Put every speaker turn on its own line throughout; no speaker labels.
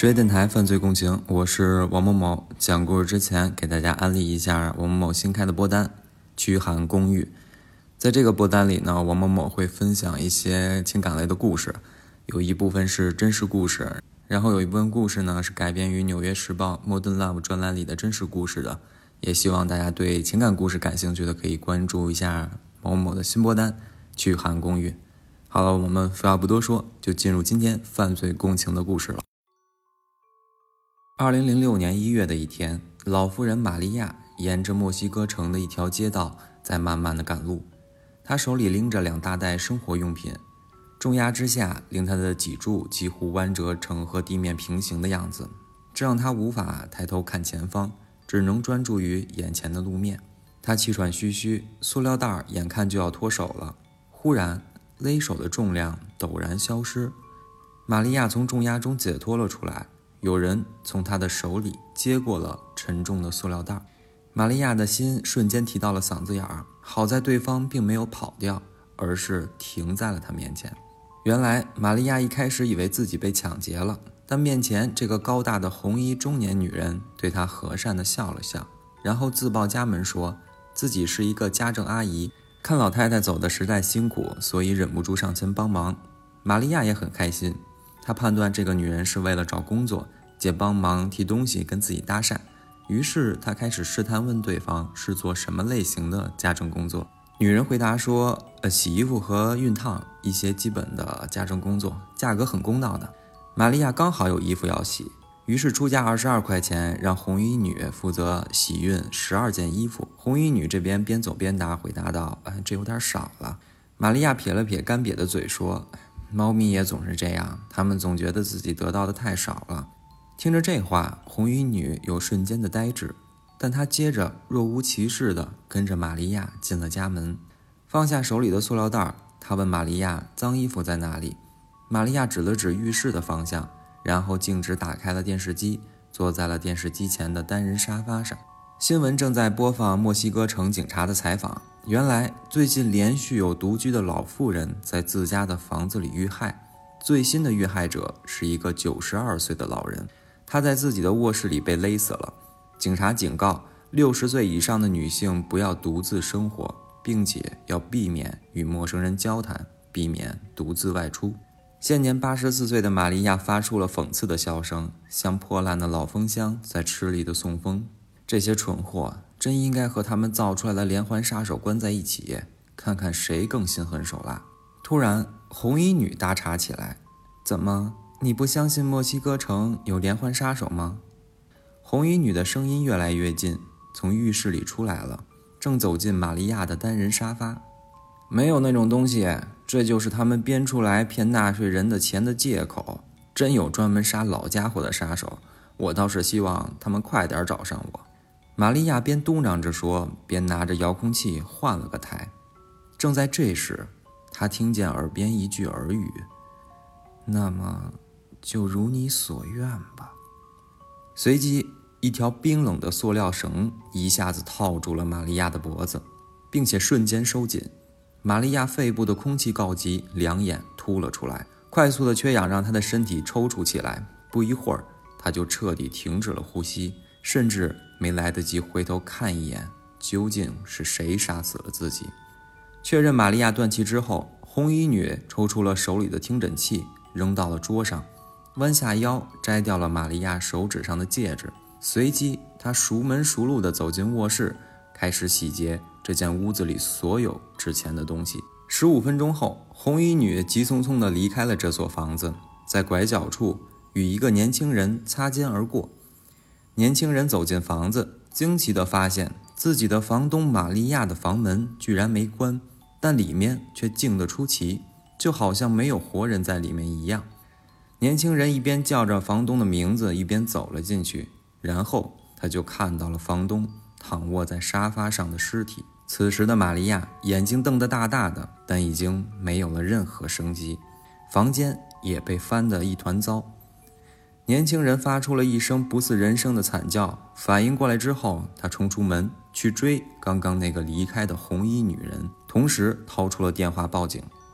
十月电台犯罪共情，我是王某某。讲故事之前给大家安利一下王某某新开的播单驱寒公寓。在这个播单里呢，王某某会分享一些情感类的故事，有一部分是真实故事，然后有一部分故事呢是改编于纽约时报 Modern Love 专栏里的真实故事的。也希望大家对情感故事感兴趣的可以关注一下某某的新播单驱寒公寓。好了，我们废话不多说，就进入今天犯罪共情的故事了。2006年1月的一天，老妇人玛利亚沿着墨西哥城的一条街道在慢慢的赶路，她手里拎着2大袋生活用品，重压之下令她的脊柱几乎弯折成和地面平行的样子，这让她无法抬头看前方，只能专注于眼前的路面。她气喘吁吁，塑料袋眼看就要脱手了，忽然勒手的重量陡然消失，玛利亚从重压中解脱了出来，有人从她的手里接过了沉重的塑料袋。玛利亚的心瞬间提到了嗓子眼儿，好在对方并没有跑掉，而是停在了她面前。原来玛利亚一开始以为自己被抢劫了，但面前这个高大的红衣中年女人对她和善地笑了笑，然后自报家门，说自己是一个家政阿姨，看老太太走得实在辛苦，所以忍不住上前帮忙。玛利亚也很开心，她判断这个女人是为了找工作，借帮忙提东西跟自己搭讪，于是她开始试探问对方是做什么类型的家政工作。女人回答说洗衣服和熨烫，一些基本的家政工作，价格很公道的。玛利亚刚好有衣服要洗，于是出价22块钱，让红衣女负责洗熨12件衣服。红衣女这边边走边答，回答道这有点少了。玛利亚撇了撇干瘪的嘴说，猫咪也总是这样，他们总觉得自己得到的太少了。听着这话，红衣女有瞬间的呆滞，但她接着若无其事地跟着玛利亚进了家门，放下手里的塑料袋，她问玛利亚脏衣服在哪里。玛利亚指了指浴室的方向，然后径直打开了电视机，坐在了电视机前的单人沙发上。新闻正在播放墨西哥城警察的采访。原来最近连续有独居的老妇人在自家的房子里遇害，最新的遇害者是一个92岁的老人，他在自己的卧室里被勒死了。警察警告60岁以上的女性不要独自生活，并且要避免与陌生人交谈，避免独自外出。现年84岁的玛利亚发出了讽刺的笑声，像破烂的老风箱在吃力的送风。这些蠢货真应该和他们造出来的连环杀手关在一起，看看谁更心狠手辣。突然红衣女搭茬起来，怎么，你不相信墨西哥城有连环杀手吗？红衣女的声音越来越近，从浴室里出来了，正走进玛利亚的单人沙发。没有那种东西，这就是他们编出来骗纳税人的钱的借口。真有专门杀老家伙的杀手，我倒是希望他们快点找上我。玛利亚边嘟囔着说，边拿着遥控器换了个台。正在这时，她听见耳边一句耳语，那么就如你所愿吧。随即一条冰冷的塑料绳一下子套住了玛利亚的脖子，并且瞬间收紧。玛利亚肺部的空气告急，两眼凸了出来，快速的缺氧让她的身体抽搐起来。不一会儿，她就彻底停止了呼吸，甚至没来得及回头看一眼究竟是谁杀死了自己。确认玛利亚断气之后，红衣女抽出了手里的听诊器，扔到了桌上，弯下腰摘掉了玛利亚手指上的戒指。随即她熟门熟路地走进卧室，开始洗劫这间屋子里所有值钱的东西。15分钟后，红衣女急匆匆地离开了这所房子，在拐角处与一个年轻人擦肩而过。年轻人走进房子，惊奇地发现自己的房东玛利亚的房门居然没关，但里面却静得出奇，就好像没有活人在里面一样。年轻人一边叫着房东的名字，一边走了进去，然后他就看到了房东躺卧在沙发上的尸体。此时的玛利亚眼睛瞪得大大的，但已经没有了任何生机，房间也被翻得一团糟。年轻人发出了一声不似人声的惨叫，反应过来之后，他冲出门去追刚刚那个离开的红衣女人，同时掏出了电话报警。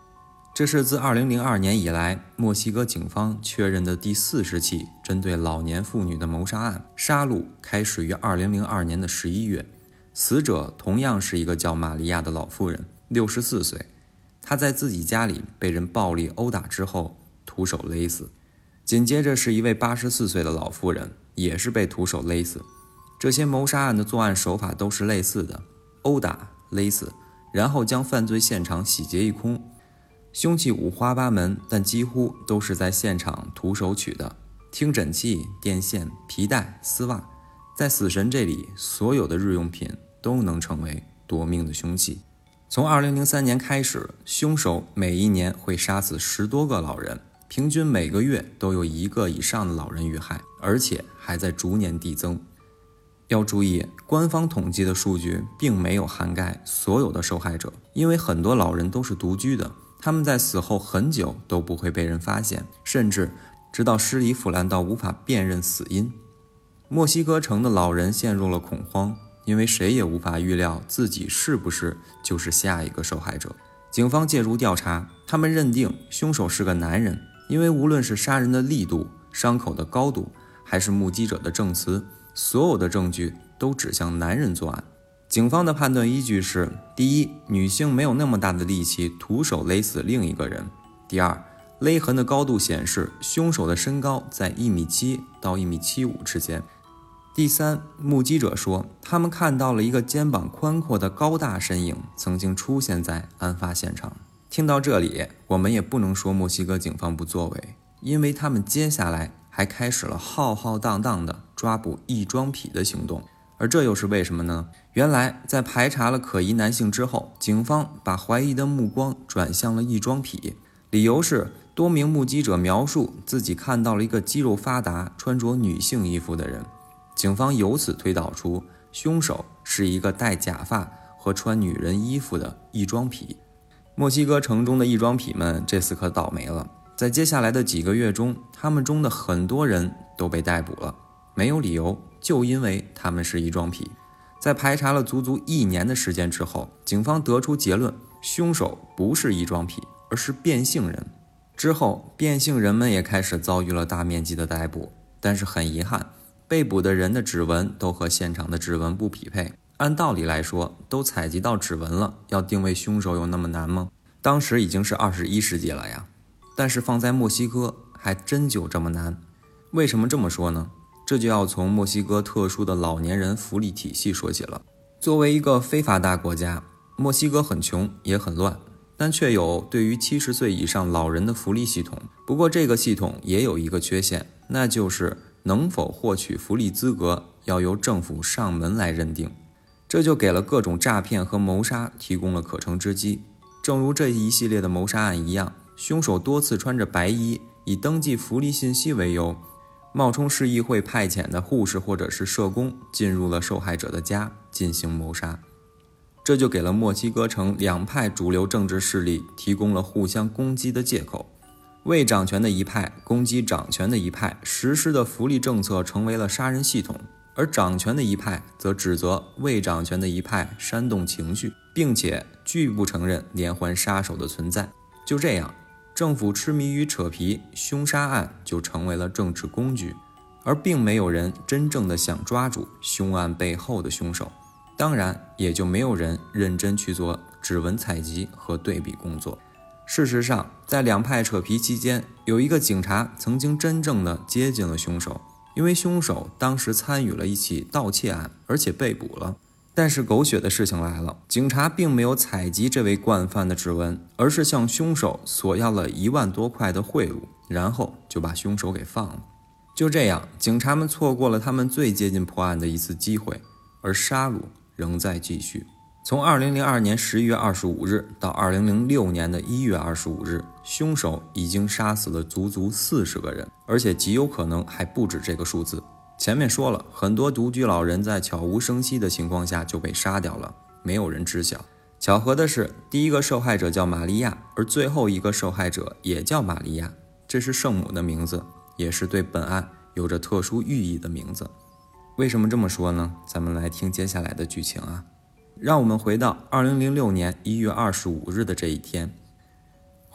这是自2002年以来墨西哥警方确认的第40起针对老年妇女的谋杀案，杀戮开始于2002年的11月，死者同样是一个叫玛利亚的老妇人，64岁。她在自己家里被人暴力殴打之后徒手勒死，紧接着是一位84岁的老妇人，也是被徒手勒死。这些谋杀案的作案手法都是类似的，殴打、勒死，然后将犯罪现场洗劫一空。凶器五花八门，但几乎都是在现场徒手取的，听诊器、电线、皮带、丝袜，在死神这里，所有的日用品都能成为夺命的凶器。从2003年开始，凶手每一年会杀死10多个老人，平均每个月都有1个以上的老人遇害，而且还在逐年递增。要注意，官方统计的数据并没有涵盖所有的受害者，因为很多老人都是独居的，他们在死后很久都不会被人发现，甚至直到尸体腐烂到无法辨认死因。墨西哥城的老人陷入了恐慌，因为谁也无法预料自己是不是就是下一个受害者。警方介入调查，他们认定凶手是个男人，因为无论是杀人的力度、伤口的高度，还是目击者的证词，所有的证据都指向男人作案。警方的判断依据是：第一，女性没有那么大的力气徒手勒死另一个人；第二，勒痕的高度显示凶手的身高在1.7米到1.75米之间；第三，目击者说他们看到了一个肩膀宽阔的高大身影曾经出现在案发现场。听到这里，我们也不能说墨西哥警方不作为，因为他们接下来还开始了浩浩荡荡的抓捕异装癖的行动。而这又是为什么呢？原来在排查了可疑男性之后，警方把怀疑的目光转向了异装癖，理由是多名目击者描述自己看到了一个肌肉发达、穿着女性衣服的人。警方由此推导出凶手是一个戴假发和穿女人衣服的异装癖。墨西哥城中的异装癖们这次可倒霉了，在接下来的几个月中，他们中的很多人都被逮捕了，没有理由，就因为他们是异装癖。在排查了足足1年的时间之后，警方得出结论，凶手不是异装癖，而是变性人。之后，变性人们也开始遭遇了大面积的逮捕，但是很遗憾，被捕的人的指纹都和现场的指纹不匹配。按道理来说，都采集到指纹了，要定位凶手有那么难吗？当时已经是21世纪了呀，但是放在墨西哥还真就这么难。为什么这么说呢？这就要从墨西哥特殊的老年人福利体系说起了。作为一个非发达国家，墨西哥很穷也很乱，但却有对于70岁以上老人的福利系统。不过这个系统也有一个缺陷，那就是能否获取福利资格要由政府上门来认定，这就给了各种诈骗和谋杀提供了可乘之机。正如这一系列的谋杀案一样，凶手多次穿着白衣，以登记福利信息为由，冒充市议会派遣的护士或者是社工，进入了受害者的家进行谋杀。这就给了墨西哥城两派主流政治势力提供了互相攻击的借口。未掌权的一派攻击掌权的一派实施的福利政策成为了杀人系统，而掌权的一派则指责未掌权的一派煽动情绪，并且拒不承认连环杀手的存在。就这样，政府痴迷于扯皮，凶杀案就成为了政治工具，而并没有人真正的想抓住凶案背后的凶手，当然也就没有人认真去做指纹采集和对比工作。事实上，在两派扯皮期间，有一个警察曾经真正的接近了凶手，因为凶手当时参与了一起盗窃案，而且被捕了。但是狗血的事情来了，警察并没有采集这位惯犯的指纹，而是向凶手索要了1万多块的贿赂，然后就把凶手给放了。就这样，警察们错过了他们最接近破案的一次机会，而杀戮仍在继续。从2002年11月25日到2006年的1月25日，凶手已经杀死了足足40个人，而且极有可能还不止这个数字。前面说了，很多独居老人在悄无声息的情况下就被杀掉了，没有人知晓。巧合的是，第一个受害者叫玛利亚，而最后一个受害者也叫玛利亚，这是圣母的名字，也是对本案有着特殊寓意的名字。为什么这么说呢？咱们来听接下来的剧情啊。让我们回到2006年1月25日的这一天，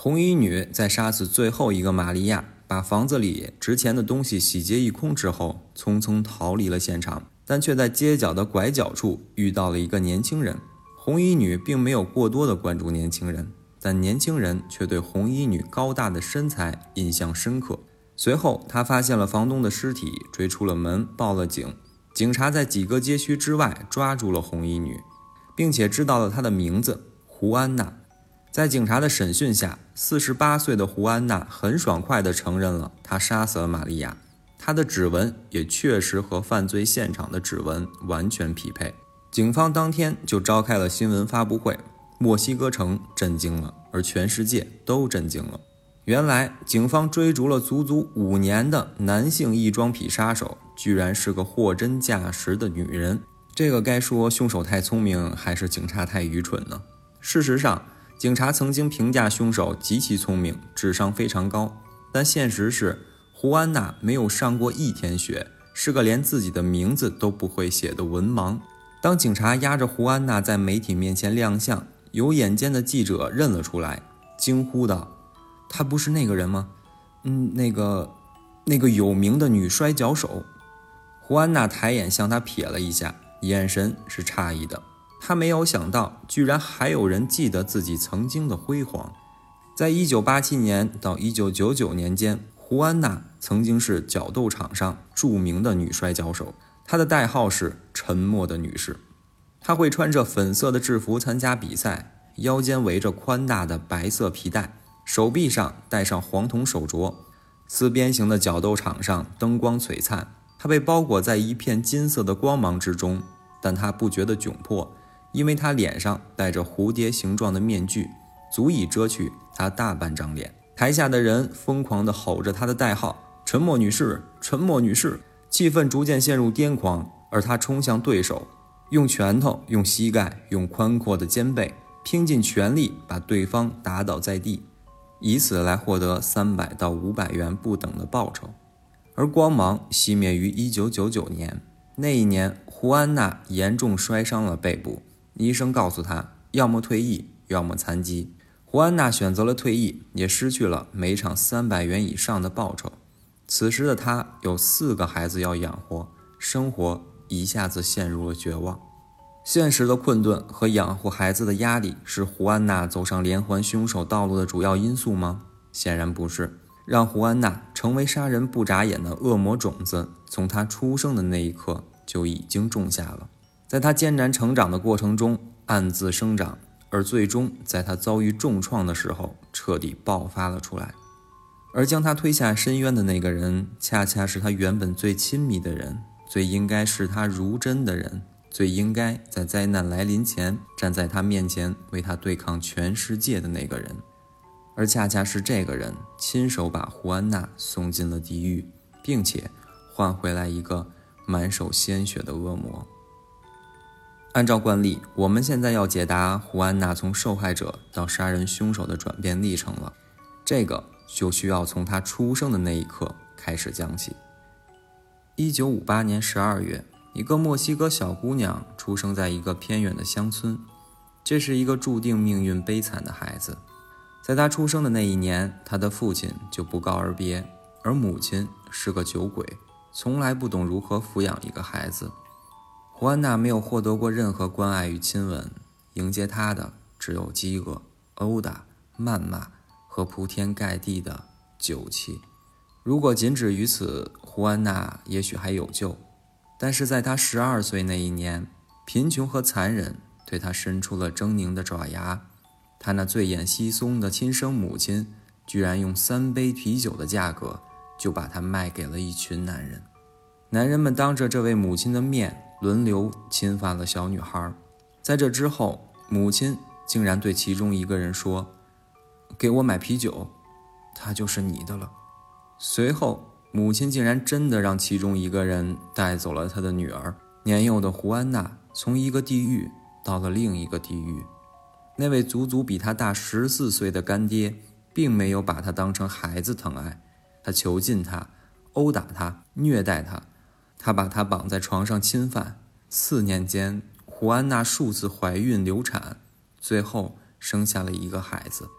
红衣女在杀死最后一个玛利亚，把房子里值钱的东西洗劫一空之后，匆匆逃离了现场，但却在街角的拐角处遇到了一个年轻人。红衣女并没有过多的关注年轻人，但年轻人却对红衣女高大的身材印象深刻。随后他发现了房东的尸体，追出了门，报了警。警察在几个街区之外抓住了红衣女，并且知道了她的名字胡安娜。在警察的审讯下，48岁的胡安娜很爽快地承认了她杀死了玛利亚，她的指纹也确实和犯罪现场的指纹完全匹配。警方当天就召开了新闻发布会，墨西哥城震惊了，而全世界都震惊了。原来警方追逐了足足5年的男性异装癖杀手，居然是个货真价实的女人。这个该说凶手太聪明，还是警察太愚蠢呢？事实上，警察曾经评价凶手极其聪明，智商非常高，但现实是胡安娜没有上过1天学，是个连自己的名字都不会写的文盲。当警察押着胡安娜在媒体面前亮相，有眼尖的记者认了出来，惊呼道：“她不是那个人吗？那个有名的女摔跤手。”胡安娜抬眼向他瞥了一下，眼神是诧异的。他没有想到，居然还有人记得自己曾经的辉煌。在1987年到1999年间，胡安娜曾经是角斗场上著名的女摔跤手，她的代号是沉默的女士。她会穿着粉色的制服参加比赛，腰间围着宽大的白色皮带，手臂上戴上黄铜手镯。四边形的角斗场上灯光璀璨，她被包裹在一片金色的光芒之中，但她不觉得窘迫，因为她脸上戴着蝴蝶形状的面具，足以遮去她大半张脸。台下的人疯狂地吼着她的代号：“沉默女士，沉默女士！”气氛逐渐陷入癫狂，而她冲向对手，用拳头、用膝盖、用宽阔的肩背，拼尽全力把对方打倒在地，以此来获得300到500元不等的报酬。而光芒熄灭于1999年，那一年胡安娜严重摔伤了背部，医生告诉她要么退役，要么残疾。胡安娜选择了退役，也失去了每场300元以上的报酬。此时的她有4个孩子要养活，生活一下子陷入了绝望。现实的困顿和养活孩子的压力是胡安娜走上连环凶手道路的主要因素吗？显然不是。让胡安娜成为杀人不眨眼的恶魔种子，从她出生的那一刻就已经种下了。在她艰难成长的过程中暗自生长，而最终在她遭遇重创的时候彻底爆发了出来。而将她推下深渊的那个人，恰恰是她原本最亲密的人，最应该视她如珍的人，最应该在灾难来临前站在她面前为她对抗全世界的那个人。而恰恰是这个人亲手把胡安娜送进了地狱，并且换回来一个满手鲜血的恶魔。按照惯例，我们现在要解答胡安娜从受害者到杀人凶手的转变历程了，这个就需要从她出生的那一刻开始讲起。1958年12月，一个墨西哥小姑娘出生在一个偏远的乡村，这是一个注定命运悲惨的孩子。在她出生的那一年，她的父亲就不告而别，而母亲是个酒鬼，从来不懂如何抚养一个孩子。胡安娜没有获得过任何关爱与亲吻，迎接她的只有饥饿、殴打、谩骂和铺天盖地的酒气。如果仅止于此，胡安娜也许还有救，但是在她12岁那一年，贫穷和残忍对她伸出了狰狞的爪牙。她那醉眼惺忪的亲生母亲居然用3杯啤酒的价格就把她卖给了一群男人。男人们当着这位母亲的面轮流侵犯了小女孩。在这之后，母亲竟然对其中一个人说：“给我买啤酒，他就是你的了。”随后，母亲竟然真的让其中一个人带走了她的女儿。年幼的胡安娜从一个地狱到了另一个地狱。那位足足比她大14岁的干爹并没有把她当成孩子疼爱，他囚禁她，殴打她，虐待她，他把她绑在床上侵犯。4年间，胡安娜数次怀孕流产，最后生下了一个孩子。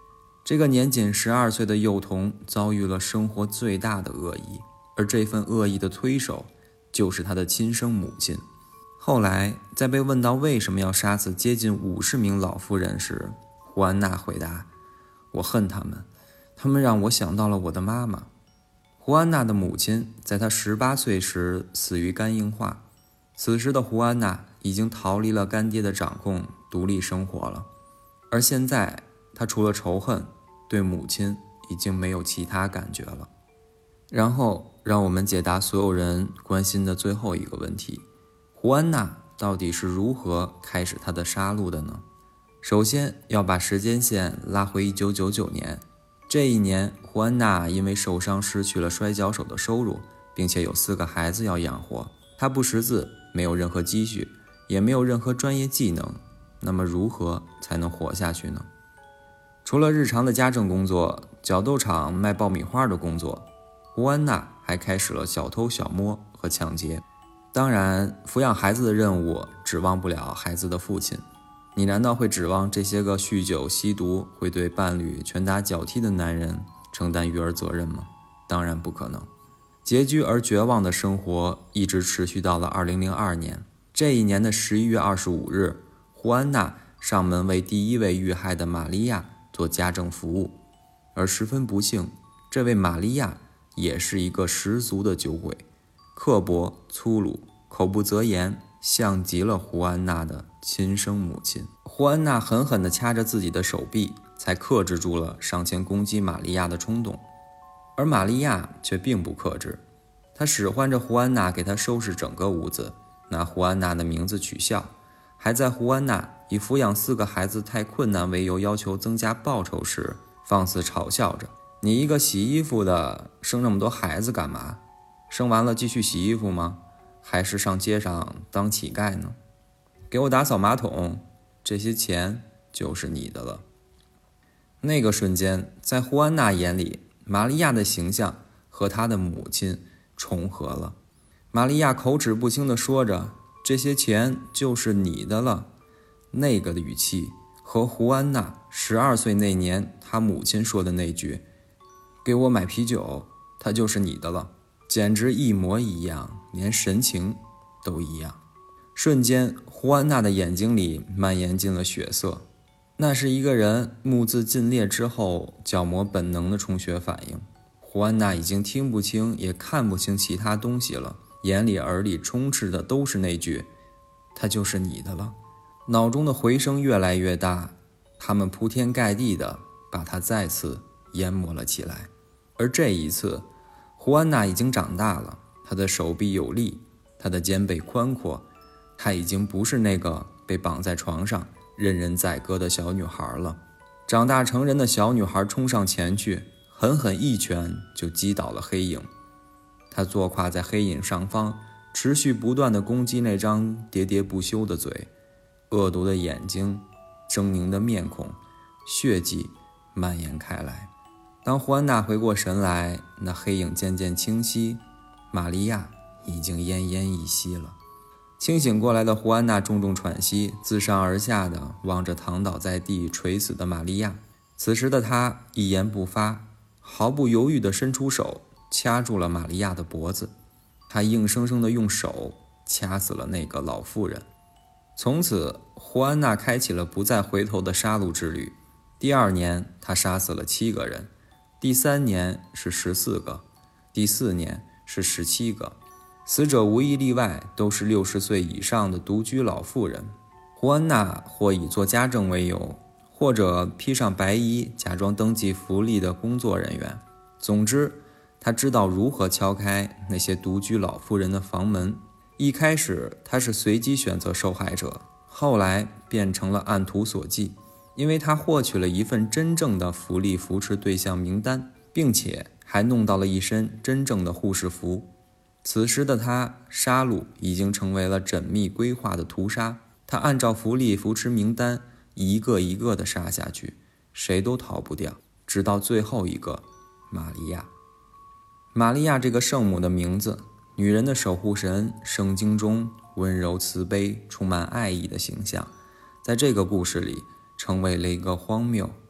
这个年仅12岁的幼童遭遇了生活最大的恶意，而这份恶意的推手就是他的亲生母亲。后来在被问到为什么要杀死接近50名老妇人时，胡安娜回答：我恨他们，他们让我想到了我的妈妈。胡安娜的母亲在她18岁时死于肝硬化，此时的胡安娜已经逃离了干爹的掌控，独立生活了。而现在她除了仇恨，对母亲已经没有其他感觉了。然后让我们解答所有人关心的最后一个问题：胡安娜到底是如何开始她的杀戮的呢？首先要把时间线拉回1999年，这一年胡安娜因为受伤失去了摔跤手的收入，并且有4个孩子要养活。她不识字，没有任何积蓄，也没有任何专业技能，那么如何才能活下去呢？除了日常的家政工作、角斗场卖爆米花的工作，胡安娜还开始了小偷小摸和抢劫。当然，抚养孩子的任务指望不了孩子的父亲，你难道会指望这些个酗酒吸毒、会对伴侣拳打脚踢的男人承担育儿责任吗？当然不可能。拮据而绝望的生活一直持续到了2002年。这一年的11月25日，胡安娜上门为第一位遇害的玛利亚做家政服务，而十分不幸，这位玛利亚也是一个十足的酒鬼，刻薄粗鲁，口不择言，像极了胡安娜的亲生母亲。胡安娜狠狠地掐着自己的手臂，才克制住了上前攻击玛利亚的冲动。而玛利亚却并不克制，她使唤着胡安娜给她收拾整个屋子，拿胡安娜的名字取笑，还在胡安娜以抚养4个孩子太困难为由要求增加报酬时，放肆嘲笑着：你一个洗衣服的，生那么多孩子干嘛？生完了继续洗衣服吗？还是上街上当乞丐呢？给我打扫马桶，这些钱就是你的了。那个瞬间，在胡安娜眼里，玛利亚的形象和她的母亲重合了。玛利亚口齿不清地说着：这些钱就是你的了。那个的语气和胡安娜12岁那年她母亲说的那句给我买啤酒，它就是你的了，简直一模一样，连神情都一样。瞬间，胡安娜的眼睛里蔓延进了血色，那是一个人目眦尽裂之后角膜本能的充血反应。胡安娜已经听不清也看不清其他东西了，眼里耳里充斥的都是那句它就是你的了。脑中的回声越来越大，他们铺天盖地的把她再次淹没了起来。而这一次，胡安娜已经长大了，她的手臂有力，她的肩背宽阔，她已经不是那个被绑在床上任人宰割的小女孩了。长大成人的小女孩冲上前去，狠狠一拳就击倒了黑影。她坐跨在黑影上方，持续不断地攻击那张喋喋不休的嘴，恶毒的眼睛，狰狞的面孔，血迹蔓延开来。当胡安娜回过神来，那黑影渐渐清晰，玛利亚已经奄奄一息了。清醒过来的胡安娜重重喘息，自上而下地望着躺倒在地垂死的玛利亚。此时的她一言不发，毫不犹豫地伸出手掐住了玛利亚的脖子。她硬生生地用手掐死了那个老妇人。从此，胡安娜开启了不再回头的杀戮之旅。第2年，她杀死了7个人，第3年是14个，第4年是17个。死者无一例外都是60岁以上的独居老妇人。胡安娜或以做家政为由，或者披上白衣假装登记福利的工作人员。总之，她知道如何敲开那些独居老妇人的房门。一开始她是随机选择受害者，后来变成了按图索骥，因为她获取了一份真正的福利扶持对象名单，并且还弄到了一身真正的护士服。此时的她，杀戮已经成为了缜密规划的屠杀。她按照福利扶持名单一个一个地杀下去，谁都逃不掉，直到最后一个，玛利亚。玛利亚这个圣母的名字，女人的守护神，圣经中温柔慈悲充满爱意的形象，在这个故事里成为了一个荒谬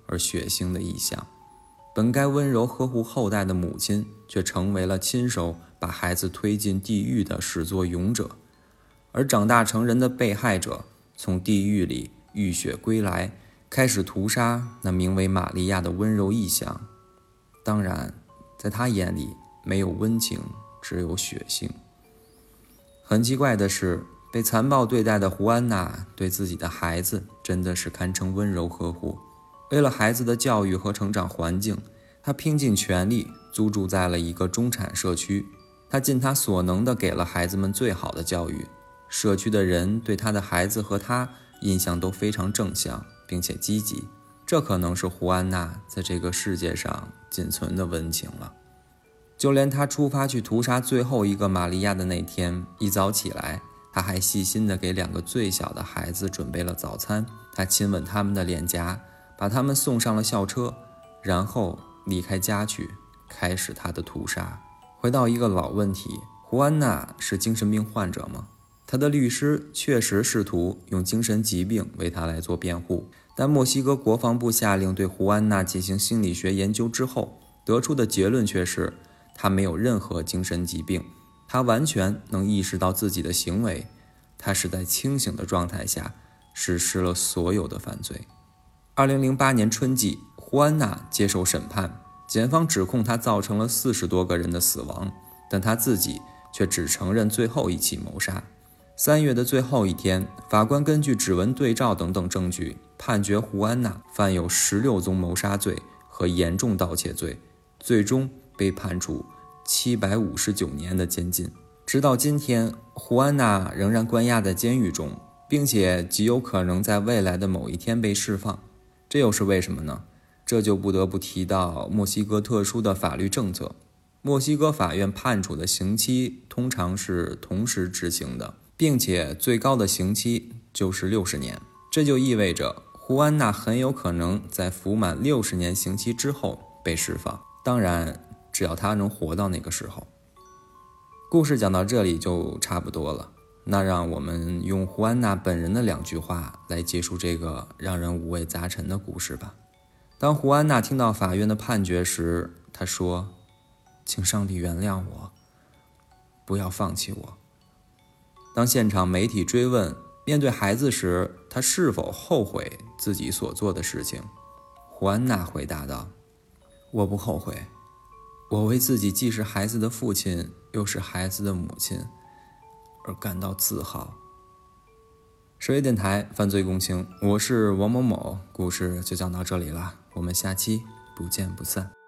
而血腥的意象。本该温柔呵护后代的母亲，却成为了亲手把孩子推进地狱的始作俑者。而长大成人的被害者，从地狱里浴血归来，开始屠杀那名为玛利亚的温柔意象。当然，在他眼里没有温情，只有血腥。很奇怪的是，被残暴对待的胡安娜对自己的孩子真的是堪称温柔呵护。为了孩子的教育和成长环境，她拼尽全力租住在了一个中产社区。她尽她所能地给了孩子们最好的教育。社区的人对她的孩子和她印象都非常正向，并且积极。这可能是胡安娜在这个世界上仅存的温情了。就连她出发去屠杀最后一个玛利亚的那天，一早起来，她还细心地给2个最小的孩子准备了早餐。她亲吻他们的脸颊，把他们送上了校车，然后离开家去，开始她的屠杀。回到一个老问题，胡安娜是精神病患者吗？她的律师确实试图用精神疾病为她来做辩护，但墨西哥国防部下令对胡安娜进行心理学研究之后，得出的结论却是她没有任何精神疾病，她完全能意识到自己的行为，她是在清醒的状态下实施了所有的犯罪。2008年春季，胡安娜接受审判，检方指控她造成了40多个人的死亡，但她自己却只承认最后一起谋杀。3月的最后一天，法官根据指纹对照等等证据，判决胡安娜犯有16宗谋杀罪和严重盗窃罪，最终被判处759年的监禁。直到今天，胡安娜仍然关押在监狱中，并且极有可能在未来的某一天被释放。这又是为什么呢？这就不得不提到墨西哥特殊的法律政策。墨西哥法院判处的刑期通常是同时执行的，并且最高的刑期就是60年。这就意味着胡安娜很有可能在服满60年刑期之后被释放，当然只要她能活到那个时候。故事讲到这里就差不多了，那让我们用胡安娜本人的2句话来结束这个让人五味杂陈的故事吧。当胡安娜听到法院的判决时，她说：请上帝原谅我，不要放弃我。当现场媒体追问面对孩子时，她是否后悔自己所做的事情，胡安娜回答道：我不后悔，我为自己既是孩子的父亲，又是孩子的母亲而感到自豪。十月电台犯罪共情，我是王某某，故事就讲到这里了，我们下期不见不散。